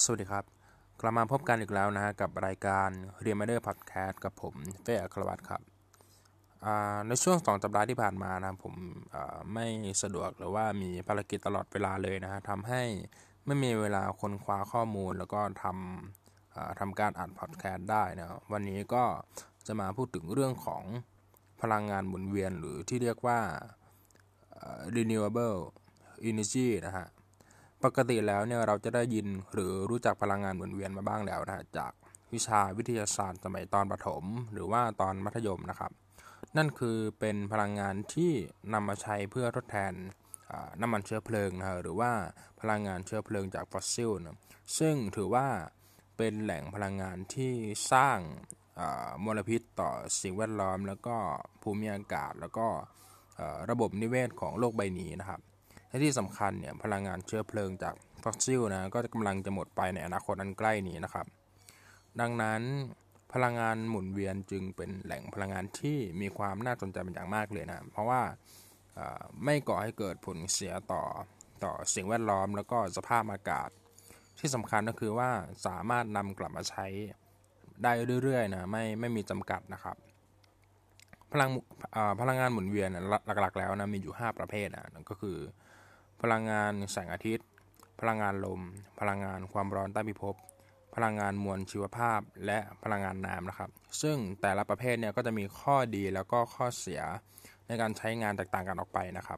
สวัสดีครับกลับมาพบกันอีกแล้วนะฮะกับรายการเรียนมาเดอร์พอดแคสต์กับผมเฟ้อัครวัตรครับในช่วง2 สัปดาห์ที่ผ่านมานะผมไม่สะดวกหรือว่ามีภารกิจตลอดเวลาเลยนะฮะทำให้ไม่มีเวลาค้นคว้าข้อมูลแล้วก็ทำการอัดพอดแคสต์ได้นะวันนี้ก็จะมาพูดถึงเรื่องของพลังงานหมุนเวียนหรือที่เรียกว่า renewable energy นะฮะ ปกติแล้วเนี่ยเราจะได้ยินหรือรู้จักพลังงานหมุนเวียนมาบ้างแล้วนะจากวิชาวิทยาศาสตร์สมัยตอนประถมหรือว่าตอนมัธยมนะครับนั่นคือเป็นพลังงานที่นำมาใช้เพื่อทดแทนน้ำมันเชื้อเพลิงนะหรือว่าพลังงานเชื้อเพลิงจากฟอสซิลนะซึ่งถือว่าเป็นแหล่งพลังงานที่สร้างมลพิษต่อสิ่งแวดล้อมแล้วก็ภูมิอากาศแล้วก็ระบบนิเวศของโลกใบนี้นะครับ และที่สำคัญเนี่ยพลังงานเชื้อเพลิงจากฟอสซิลนะก็กำลังจะหมดไปในอนาคตอันใกล้นี้นะครับดังนั้นพลังงานหมุนเวียนจึงเป็นแหล่งพลังงานที่มีความน่าสนใจเป็นอย่างมากเลยนะเพราะว่าไม่ก่อให้เกิดผลเสียต่อสิ่งแวดล้อมแล้วก็สภาพอากาศที่สำคัญก็คือว่าสามารถนำกลับมาใช้ได้เรื่อยๆนะไม่มีจำกัดนะครับพลังพลังงานหมุนเวียนหลักๆแล้วนะมีอยู่5 ประเภทนะนั่นก็คือพลังงานแสงอาทิตย์พลังงานลมพลังงานความร้อนใต้พิภพพลังงานมวลชีวภาพและพลังงานน้ำนะครับซึ่งแต่ละประเภทเนี่ยก็จะมีข้อดีแล้วก็ข้อเสียในการใช้งานแตกต่างกันออกไปนะครับ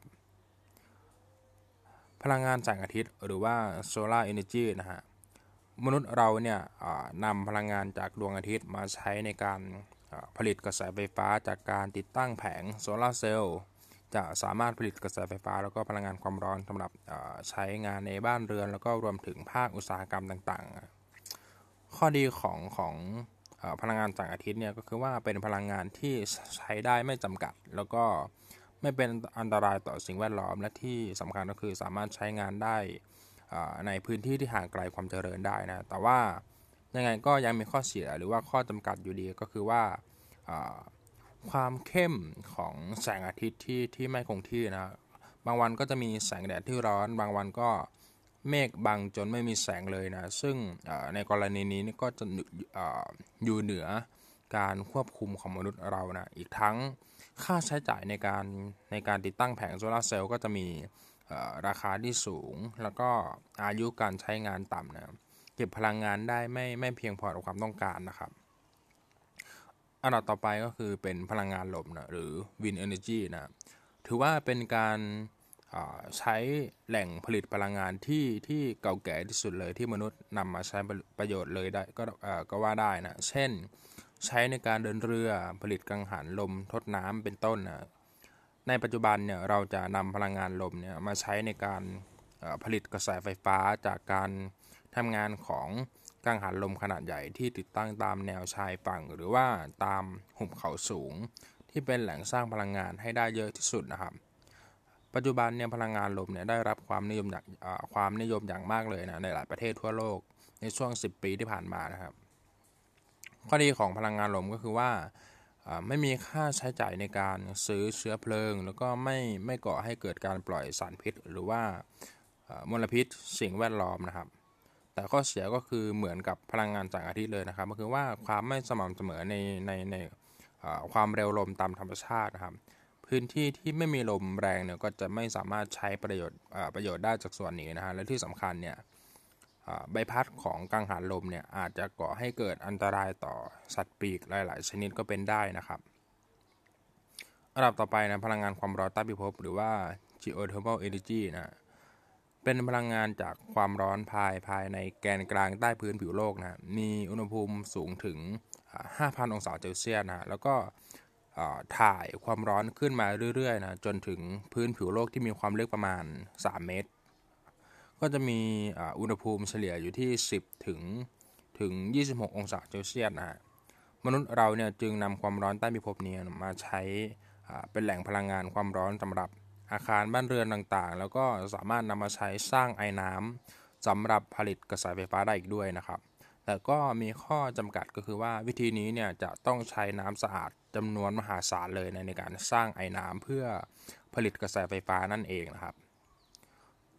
พลังงานแสงอาทิตย์หรือว่า solar energy นะฮะมนุษย์เราเนี่ยนำพลังงานจากดวงอาทิตย์มาใช้ในการผลิตกระแสไฟฟ้าจากการติดตั้งแผงโซลาร์เซลล์จะสามารถผลิตกระแสไฟฟ้าแล้วก็พลังงานความร้อนสำหรับใช้งานในบ้านเรือนแล้วก็รวมถึงภาคอุตสาหกรรมต่างๆข้อดีของพลังงานแสงอาทิตย์เนี่ยก็คือว่าเป็นพลังงานที่ใช้ได้ไม่จำกัดแล้วก็ไม่เป็นอันตรายต่อสิ่งแวดล้อมและที่สำคัญก็คือสามารถใช้งานได้ในพื้นที่ที่ห่างไกลความเจริญได้นะแต่ว่ายังไงก็ยังมีข้อเสียหรือว่าข้อจำกัดอยู่ดีก็คือว่าความเข้มของแสงอาทิตย์ที่ไม่คงที่นะบางวันก็จะมีแสงแดดที่ร้อนบางวันก็เมฆบังจนไม่มีแสงเลยนะซึ่งในกรณีนี้ก็จะอยู่เหนือการควบคุมของมนุษย์เรานะอีกทั้งค่าใช้จ่ายในการติดตั้งแผงโซลาร์เซลล์ก็จะมีราคาที่สูงแล้วก็อายุการใช้งานต่ำนะเก็บพลังงานได้ไม่เพียงพอต่อความต้องการนะครับอันดับต่อไปก็คือเป็นพลังงานลมนะหรือ Wind Energy นะถือว่าเป็นการใช้แหล่งผลิตพลังงานที่เก่าแก่ที่สุดเลยที่มนุษย์นำมาใช้ประโยชน์เลยได้ก็ว่าได้นะเช่นใช้ในการเดินเรือผลิตกังหันลมทดน้ำเป็นต้นนะในปัจจุบันเนี่ยเราจะนำพลังงานลมเนี่ยมาใช้ในการผลิตกระแสไฟฟ้าจากการทำงานของกังหันลมขนาดใหญ่ที่ติดตั้งตามแนวชายฝั่งหรือว่าตามหุบเขาสูงที่เป็นแหล่งสร้างพลังงานให้ได้เยอะที่สุดนะครับปัจจุบันเนี่ยพลังงานลมเนี่ยได้รับความนิยมอย่างมากเลยนะในหลายประเทศทั่วโลกในช่วง10 ปีที่ผ่านมานะครับข้อดีของพลังงานลมก็คือว่าไม่มีค่าใช้จ่ายในการซื้อเชื้อเพลิงแล้วก็ไม่ก่อให้เกิดการปล่อยสารพิษหรือว่ามลพิษสิ่งแวดล้อมนะครับแต่ข้อเสียก็คือเหมือนกับพลังงานแสงอาทิตย์เลยนะครับก็คือว่าความไม่สม่ำเสมอในความเร็วลมตามธรรมชาตินะครับพื้นที่ที่ไม่มีลมแรงเนี่ยก็จะไม่สามารถใช้ประโยชน์ได้จากส่วนนี้นะฮะและที่สำคัญเนี่ยใบพัดของกังหันลมเนี่ยอาจจะก่อให้เกิดอันตรายต่อสัตว์ปีกหลายๆชนิดก็เป็นได้นะครับอันดับต่อไปนะพลังงานความร้อนใต้พิภพหรือว่า geothermal energy นะเป็นพลังงานจากความร้อนภายในแกนกลางใต้พื้นผิวโลกนะมีอุณหภูมิสูงถึง 5,000 องศาเซลเซียสนะแล้วก็ถ่ายความร้อนขึ้นมาเรื่อยๆนะจนถึงพื้นผิวโลกที่มีความลึกประมาณ3 เมตรก็จะมีอุณหภูมิเฉลี่ยอยู่ที่10ถึง26 องศาเซลเซียสนะฮะมนุษย์เราเนี่ยจึงนำความร้อนใต้พิภพนี้มาใช้เป็นแหล่งพลังงานความร้อนสำหรับอาคารบ้านเรือนต่างๆแล้วก็สามารถนำมาใช้สร้างไอ้น้ำสำหรับผลิตกระแสไฟฟ้าได้อีกด้วยนะครับแต่ก็มีข้อจำกัดก็คือว่าวิธีนี้เนี่ยจะต้องใช้น้ำสะอาดจำนวนมหาศาลเลยในการสร้างไอ้น้ำเพื่อผลิตกระแสไฟฟ้านั่นเองนะครับ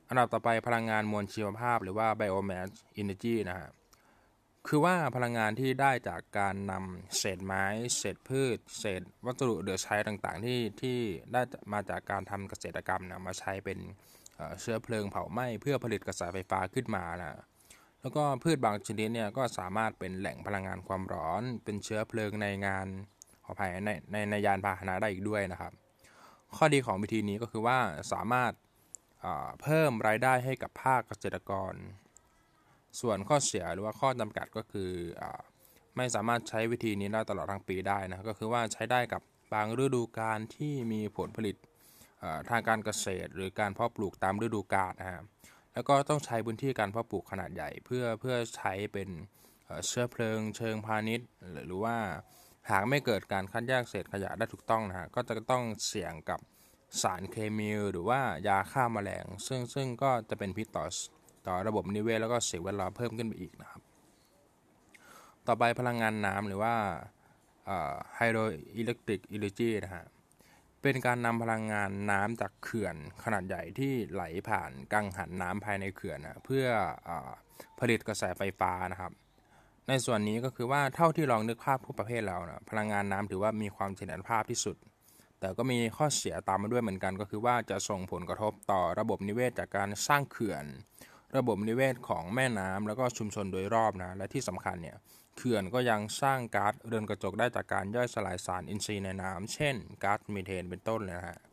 อันดับต่อไปพลังงานมวลชีวภาพหรือว่า biomass energy นะฮะคือว่าพลังงานที่ได้จากการนำเศษไม้เศษพืชเศษวัสดุเหลือใช้ต่างๆที่ได้มาจากการทำเกษตรกรรมนะมาใช้เป็นเชื้อเพลิงเผาไหม้เพื่อผลิตกระแสไฟฟ้าขึ้นมานะแล้วก็พืชบางชนิดเนี่ยก็สามารถเป็นแหล่งพลังงานความร้อนเป็นเชื้อเพลิงในงานขออภัยในยานพาหนะได้อีกด้วยนะครับข้อดีของวิธีนี้ก็คือว่าสามารถเพิ่มรายได้ให้กับภาคเกษตรกรส่วนข้อเสียหรือว่าข้อจำกัดก็คือไม่สามารถใช้วิธีนี้ได้ตลอดทั้งปีได้นะก็คือว่าใช้ได้กับบางฤดูกาลที่มีผลผลิตทางการเกษตรหรือการเพาะปลูกตามฤดูกาลนะฮะแล้วก็ต้องใช้พื้นที่การเพาะปลูกขนาดใหญ่เพื่อใช้เป็นเชื้อเพลิงเชิงพาณิชย์หรือว่าหากไม่เกิดการคัดแยกเศษขยะได้ถูกต้องนะฮะก็จะต้องเสี่ยงกับสารเคมีหรือว่ายาฆ่าแมลงซึ่งก็จะเป็นพิษต่อระบบนิเวศแล้วก็สิ่งแวดล้อมเพิ่มขึ้นไปอีกนะครับต่อไปพลังงานน้ำหรือว่าไฮโดรอิเล็กทริกอิเนอร์จีนะฮะเป็นการนำพลังงานน้ำจากเขื่อนขนาดใหญ่ที่ไหลผ่านกังหันน้ำภายในเขื่อนนะเพื่อผลิตกระแสไฟฟ้านะครับในส่วนนี้ก็คือว่าเท่าที่ลองนึกภาพทุกประเภทแล้วนะพลังงานน้ำถือว่ามีความเสถียรภาพที่สุดแต่ก็มีข้อเสียตามมาด้วยเหมือนกันก็คือว่าจะส่งผลกระทบต่อระบบนิเวศจากการสร้างเขื่อนระบบนิเวศของแม่น้ำแล้วก็ชุมชนโดยรอบนะและที่สำคัญเนี่ยเขื่อนก็ยังสร้างก๊าซเรือนกระจกได้จากการย่อยสลายสารอินทรีย์ในน้ำเช่นก๊าซมีเทนเป็นต้นเลยนะฮะ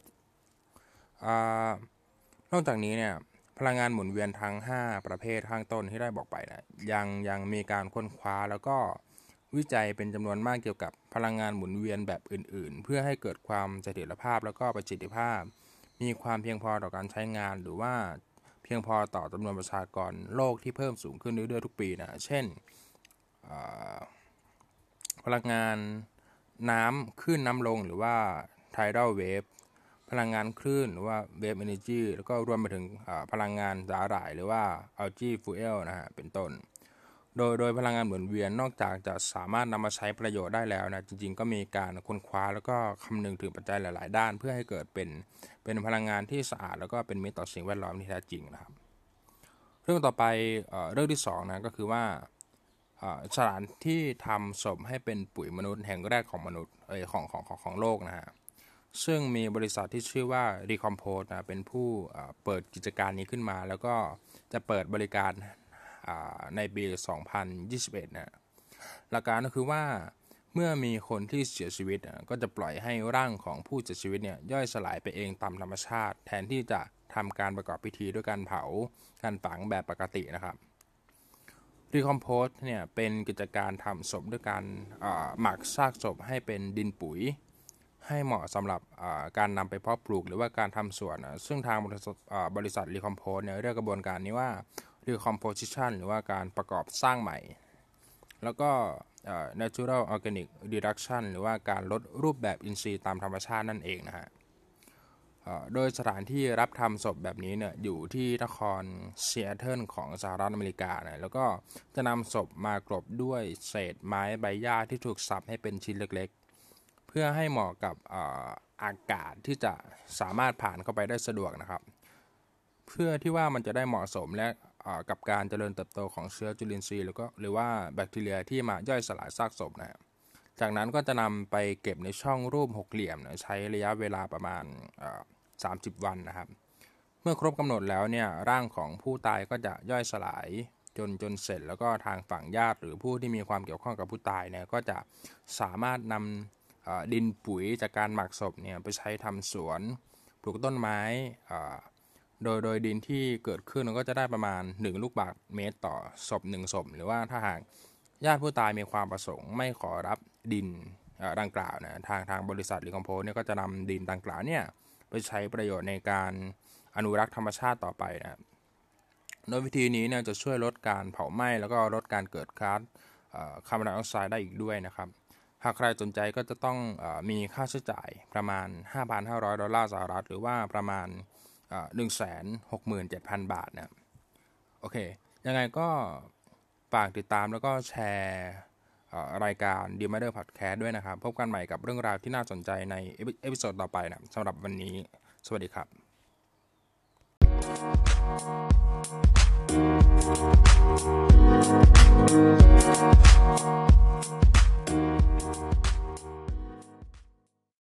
นอกจากนี้เนี่ยพลังงานหมุนเวียนทั้ง5ประเภทข้างต้นที่ได้บอกไปนะยังมีการค้นคว้าแล้วก็วิจัยเป็นจำนวนมากเกี่ยวกับพลังงานหมุนเวียนแบบอื่นๆเพื่อให้เกิดความเสถียรภาพแล้วก็ประสิทธิภาพมีความเพียงพอต่อการใช้งานหรือว่าเพียงพอต่อจำนวนประชากรโลกที่เพิ่มสูงขึ้นเรื่อยๆทุกปีนะเช่นพลังงานน้ำคลื่นน้ำลงหรือว่า tidal wave พลังงานคลื่นหรือว่า wave energy แล้วก็รวมไปถึงพลังงานสาหร่ายหรือว่า algae fuel นะฮะเป็นต้นโดยพลังงานหมุนเวียนนอกจากจะสามารถนำมาใช้ประโยชน์ได้แล้วนะจริงๆก็มีการค้นคว้าแล้วก็คำนึงถึงปัจจัยหลายๆด้านเพื่อให้เกิดเป็นพลังงานที่สะอาดแล้วก็เป็นมิตรต่อสิ่งแวดล้อมที่แท้จริงนะครับเรื่องต่อไปเรื่องที่2นะก็คือว่าสถานที่ทำศพให้เป็นปุ๋ยมนุษย์แห่งแรกของมนุษย์ของโลกนะฮะซึ่งมีบริษัทที่ชื่อว่า Recompose นะเป็นผู้เปิดกิจการนี้ขึ้นมาแล้วก็จะเปิดบริการในปี 2021 นะหลักการก็คือว่าเมื่อมีคนที่เสียชีวิตก็จะปล่อยให้ร่างของผู้เสียชีวิตเนี่ยย่อยสลายไปเองตามธรรมชาติแทนที่จะทำการประกอบพิธีด้วยการเผาการฝังแบบปกตินะครับRecompose เนี่ยเป็นกิจการทำศพด้วยการหมักซากศพให้เป็นดินปุ๋ยให้เหมาะสำหรับการนำไปเพาะปลูกหรือว่าการทำสวนซึ่งทางบริษัท Recompose เนี่ยเรียกกระบวนการนี้ว่า Recomposition หรือว่าการประกอบสร้างใหม่แล้วก็Natural Organic Reduction หรือว่าการลดรูปแบบอินทรีย์ตามธรรมชาตินั่นเองนะฮะโดยสถานที่รับทำศพแบบนี้เนี่ยอยู่ที่นครซีแอตเทิลของสหรัฐอเมริกานะแล้วก็จะนำศพมากรบด้วยเศษไม้ใบหญ้าที่ถูกสับให้เป็นชิ้นเล็กๆเพื่อให้เหมาะกับอากาศที่จะสามารถผ่านเข้าไปได้สะดวกนะครับเพื่อที่ว่ามันจะได้เหมาะสมและกับการเจริญเติบโตของเชื้อจุลินทรีย์หรือว่าแบคทีเรียที่มาย่อยสลายซากศพนะจากนั้นก็จะนำไปเก็บในช่องรูปหกเหลี่ยมนะใช้ระยะเวลาประมาณ30 วันนะครับเมื่อครบกำหนดแล้วเนี่ยร่างของผู้ตายก็จะย่อยสลายจนเสร็จแล้วก็ทางฝั่งญาติหรือผู้ที่มีความเกี่ยวข้องกับผู้ตายเนี่ยก็จะสามารถนำดินปุ๋ยจากการหมักศพเนี่ยไปใช้ทำสวนปลูกต้นไม้โดยดินที่เกิดขึ้นก็จะได้ประมาณ1ลูกบาศก์เมตรต่อศพ1ศพหรือว่าถ้าหากญาติผู้ตายมีความประสงค์ไม่ขอรับดินดังกล่าวนะทางบริษัทRecomposeเนี่ยก็จะนำดินดังกล่าวเนี่ยไปใช้ประโยชน์ในการอนุรักษ์ธรรมชาติต่อไปนะโดยวิธีนี้เนี่ยจะช่วยลดการเผาไหม้แล้วก็ลดการเกิดก๊าซคาร์บอนไดออกไซด์ได้อีกด้วยนะครับหากใครสนใจก็จะต้องมีค่าใช้จ่ายประมาณ $5,500 สหรัฐหรือว่าประมาณ167,000 บาทนะโอเคยังไงก็ฝากติดตามแล้วก็แชร์รายการ The Matter Podcast ด้วยนะครับพบกันใหม่กับเรื่องราวที่น่าสนใจในเอพิโซดต่อไปนะสำหรับวันนี้สวัสดีครับ